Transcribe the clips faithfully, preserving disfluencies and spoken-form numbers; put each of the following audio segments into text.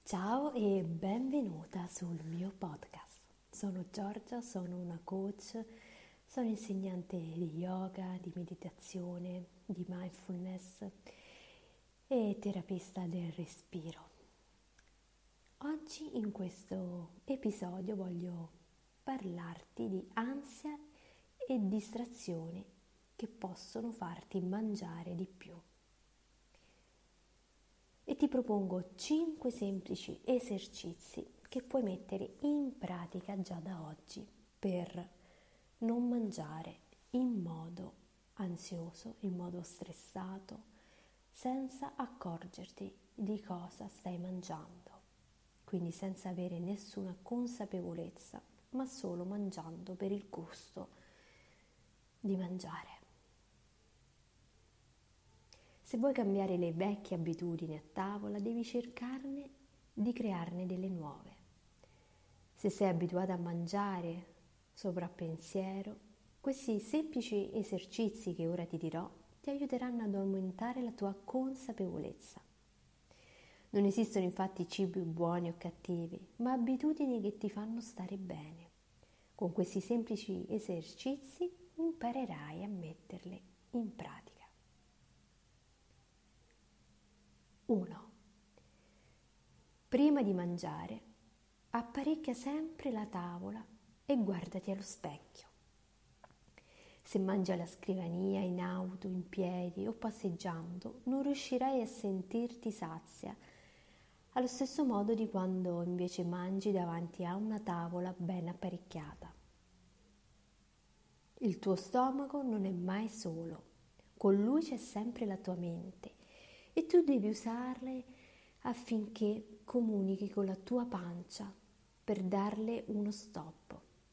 Ciao e benvenuta sul mio podcast. Sono Giorgia, sono una coach, sono insegnante di yoga, di meditazione, di mindfulness e terapista del respiro. Oggi in questo episodio voglio parlarti di ansia e distrazioni che possono farti mangiare di più. E ti propongo cinque semplici esercizi che puoi mettere in pratica già da oggi per non mangiare in modo ansioso, in modo stressato, senza accorgerti di cosa stai mangiando, quindi senza avere nessuna consapevolezza, ma solo mangiando per il gusto di mangiare. Se vuoi cambiare le vecchie abitudini a tavola, devi cercarne di crearne delle nuove. Se sei abituata a mangiare sovrappensiero, questi semplici esercizi che ora ti dirò ti aiuteranno ad aumentare la tua consapevolezza. Non esistono infatti cibi buoni o cattivi, ma abitudini che ti fanno stare bene. Con questi semplici esercizi imparerai a metterle in pratica. uno. Prima di mangiare, apparecchia sempre la tavola e guardati allo specchio. Se mangi alla scrivania, in auto, in piedi o passeggiando, non riuscirai a sentirti sazia, allo stesso modo di quando invece mangi davanti a una tavola ben apparecchiata. Il tuo stomaco non è mai solo, con lui c'è sempre la tua mente. E tu devi usarle affinché comunichi con la tua pancia per darle uno stop.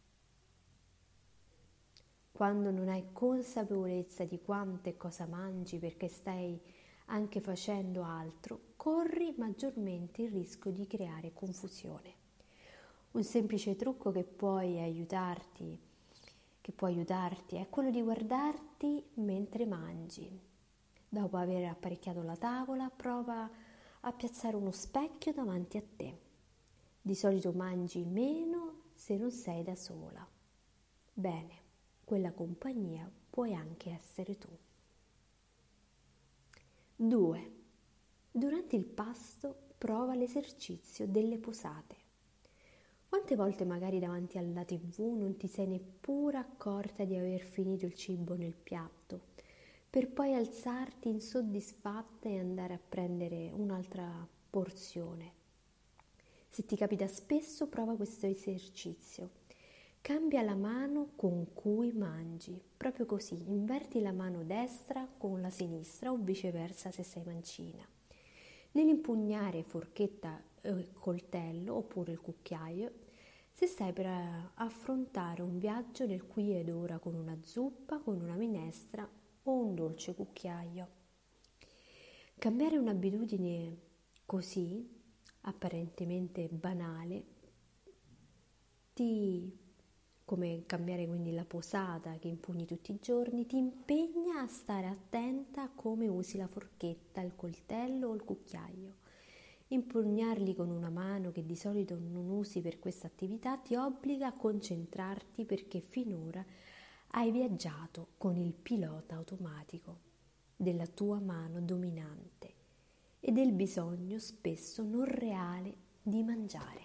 Quando non hai consapevolezza di quanto e cosa mangi perché stai anche facendo altro, corri maggiormente il rischio di creare confusione. Un semplice trucco che puoi aiutarti, che può aiutarti è quello di guardarti mentre mangi. Dopo aver apparecchiato la tavola, prova a piazzare uno specchio davanti a te. Di solito mangi meno se non sei da sola. Bene, quella compagnia puoi anche essere tu. due. Durante il pasto prova l'esercizio delle posate. Quante volte magari davanti alla tivù non ti sei neppure accorta di aver finito il cibo nel piatto, per poi alzarti insoddisfatta e andare a prendere un'altra porzione. Se ti capita spesso, prova questo esercizio. Cambia la mano con cui mangi, proprio così, inverti la mano destra con la sinistra o viceversa se sei mancina. Nell'impugnare forchetta e coltello oppure il cucchiaio, se stai per affrontare un viaggio nel qui ed ora con una zuppa, con una minestra o un dolce cucchiaio. Cambiare un'abitudine così, apparentemente banale, ti, come cambiare quindi la posata che impugni tutti i giorni, ti impegna a stare attenta a come usi la forchetta, il coltello o il cucchiaio. Impugnarli con una mano che di solito non usi per questa attività ti obbliga a concentrarti perché finora hai viaggiato con il pilota automatico della tua mano dominante e del bisogno spesso non reale di mangiare.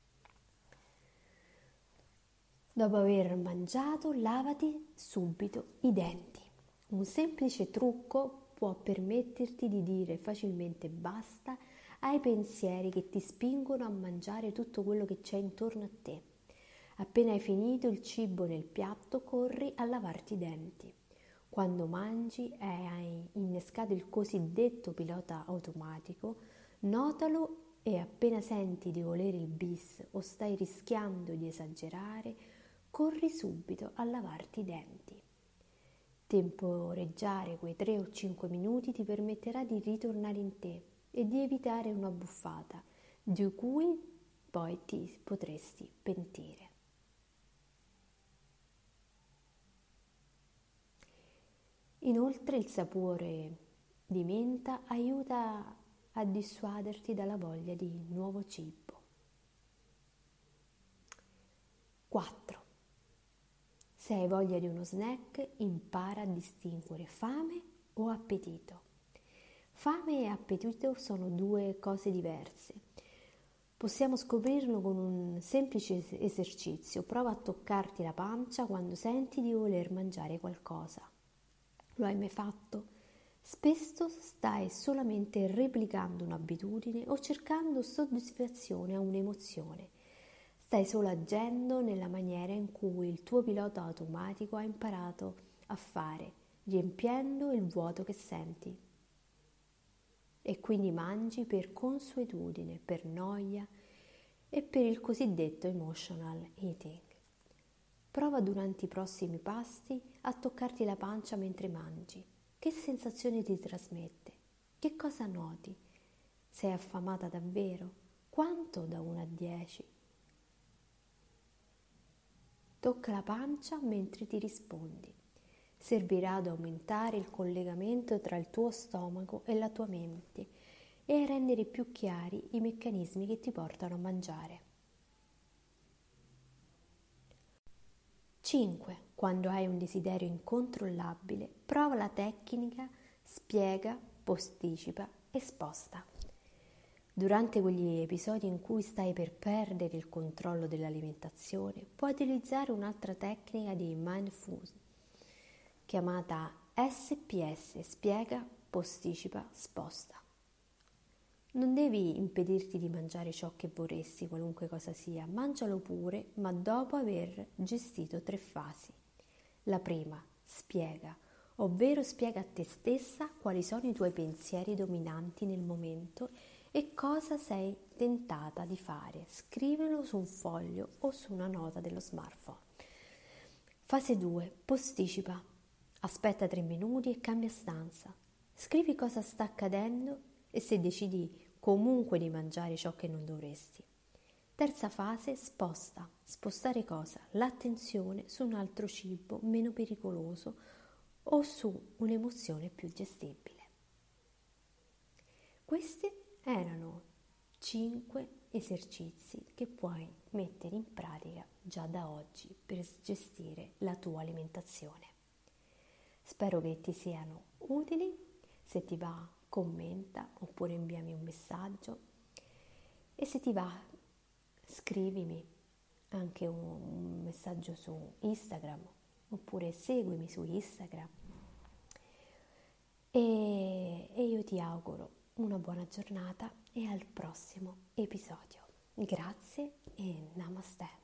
Dopo aver mangiato, lavati subito i denti. Un semplice trucco può permetterti di dire facilmente basta ai pensieri che ti spingono a mangiare tutto quello che c'è intorno a te. Appena hai finito il cibo nel piatto, corri a lavarti i denti. Quando mangi e hai innescato il cosiddetto pilota automatico, notalo e appena senti di volere il bis o stai rischiando di esagerare, corri subito a lavarti i denti. Temporeggiare quei tre o cinque minuti ti permetterà di ritornare in te e di evitare una buffata, di cui poi ti potresti pentire. Inoltre il sapore di menta aiuta a dissuaderti dalla voglia di nuovo cibo. quattro. Se hai voglia di uno snack, impara a distinguere fame o appetito. Fame e appetito sono due cose diverse. Possiamo scoprirlo con un semplice esercizio. Prova a toccarti la pancia quando senti di voler mangiare qualcosa. Lo hai mai fatto? Spesso stai solamente replicando un'abitudine o cercando soddisfazione a un'emozione. Stai solo agendo nella maniera in cui il tuo pilota automatico ha imparato a fare, riempiendo il vuoto che senti. E quindi mangi per consuetudine, per noia e per il cosiddetto emotional eating. Prova durante i prossimi pasti a toccarti la pancia mentre mangi. Che sensazione ti trasmette? Che cosa noti? Sei affamata davvero? Quanto da uno a dieci? Tocca la pancia mentre ti rispondi. Servirà ad aumentare il collegamento tra il tuo stomaco e la tua mente e a rendere più chiari i meccanismi che ti portano a mangiare. cinque. Quando hai un desiderio incontrollabile, prova la tecnica spiega, posticipa e sposta. Durante quegli episodi in cui stai per perdere il controllo dell'alimentazione, puoi utilizzare un'altra tecnica di mindfulness chiamata S P S, spiega, posticipa, sposta. Non devi impedirti di mangiare ciò che vorresti, qualunque cosa sia, mangialo pure, ma dopo aver gestito tre fasi. La prima, spiega, ovvero spiega a te stessa quali sono i tuoi pensieri dominanti nel momento e cosa sei tentata di fare. Scrivilo su un foglio o su una nota dello smartphone. Fase due, posticipa. Aspetta tre minuti e cambia stanza. Scrivi cosa sta accadendo e se decidi comunque di mangiare ciò che non dovresti. Terza fase, sposta. Spostare cosa? L'attenzione su un altro cibo meno pericoloso o su un'emozione più gestibile. Questi erano cinque esercizi che puoi mettere in pratica già da oggi per gestire la tua alimentazione. Spero che ti siano utili. Se ti va, commenta oppure inviami un messaggio e se ti va scrivimi anche un, un messaggio su Instagram oppure seguimi su Instagram e, e io ti auguro una buona giornata e al prossimo episodio. Grazie e namaste.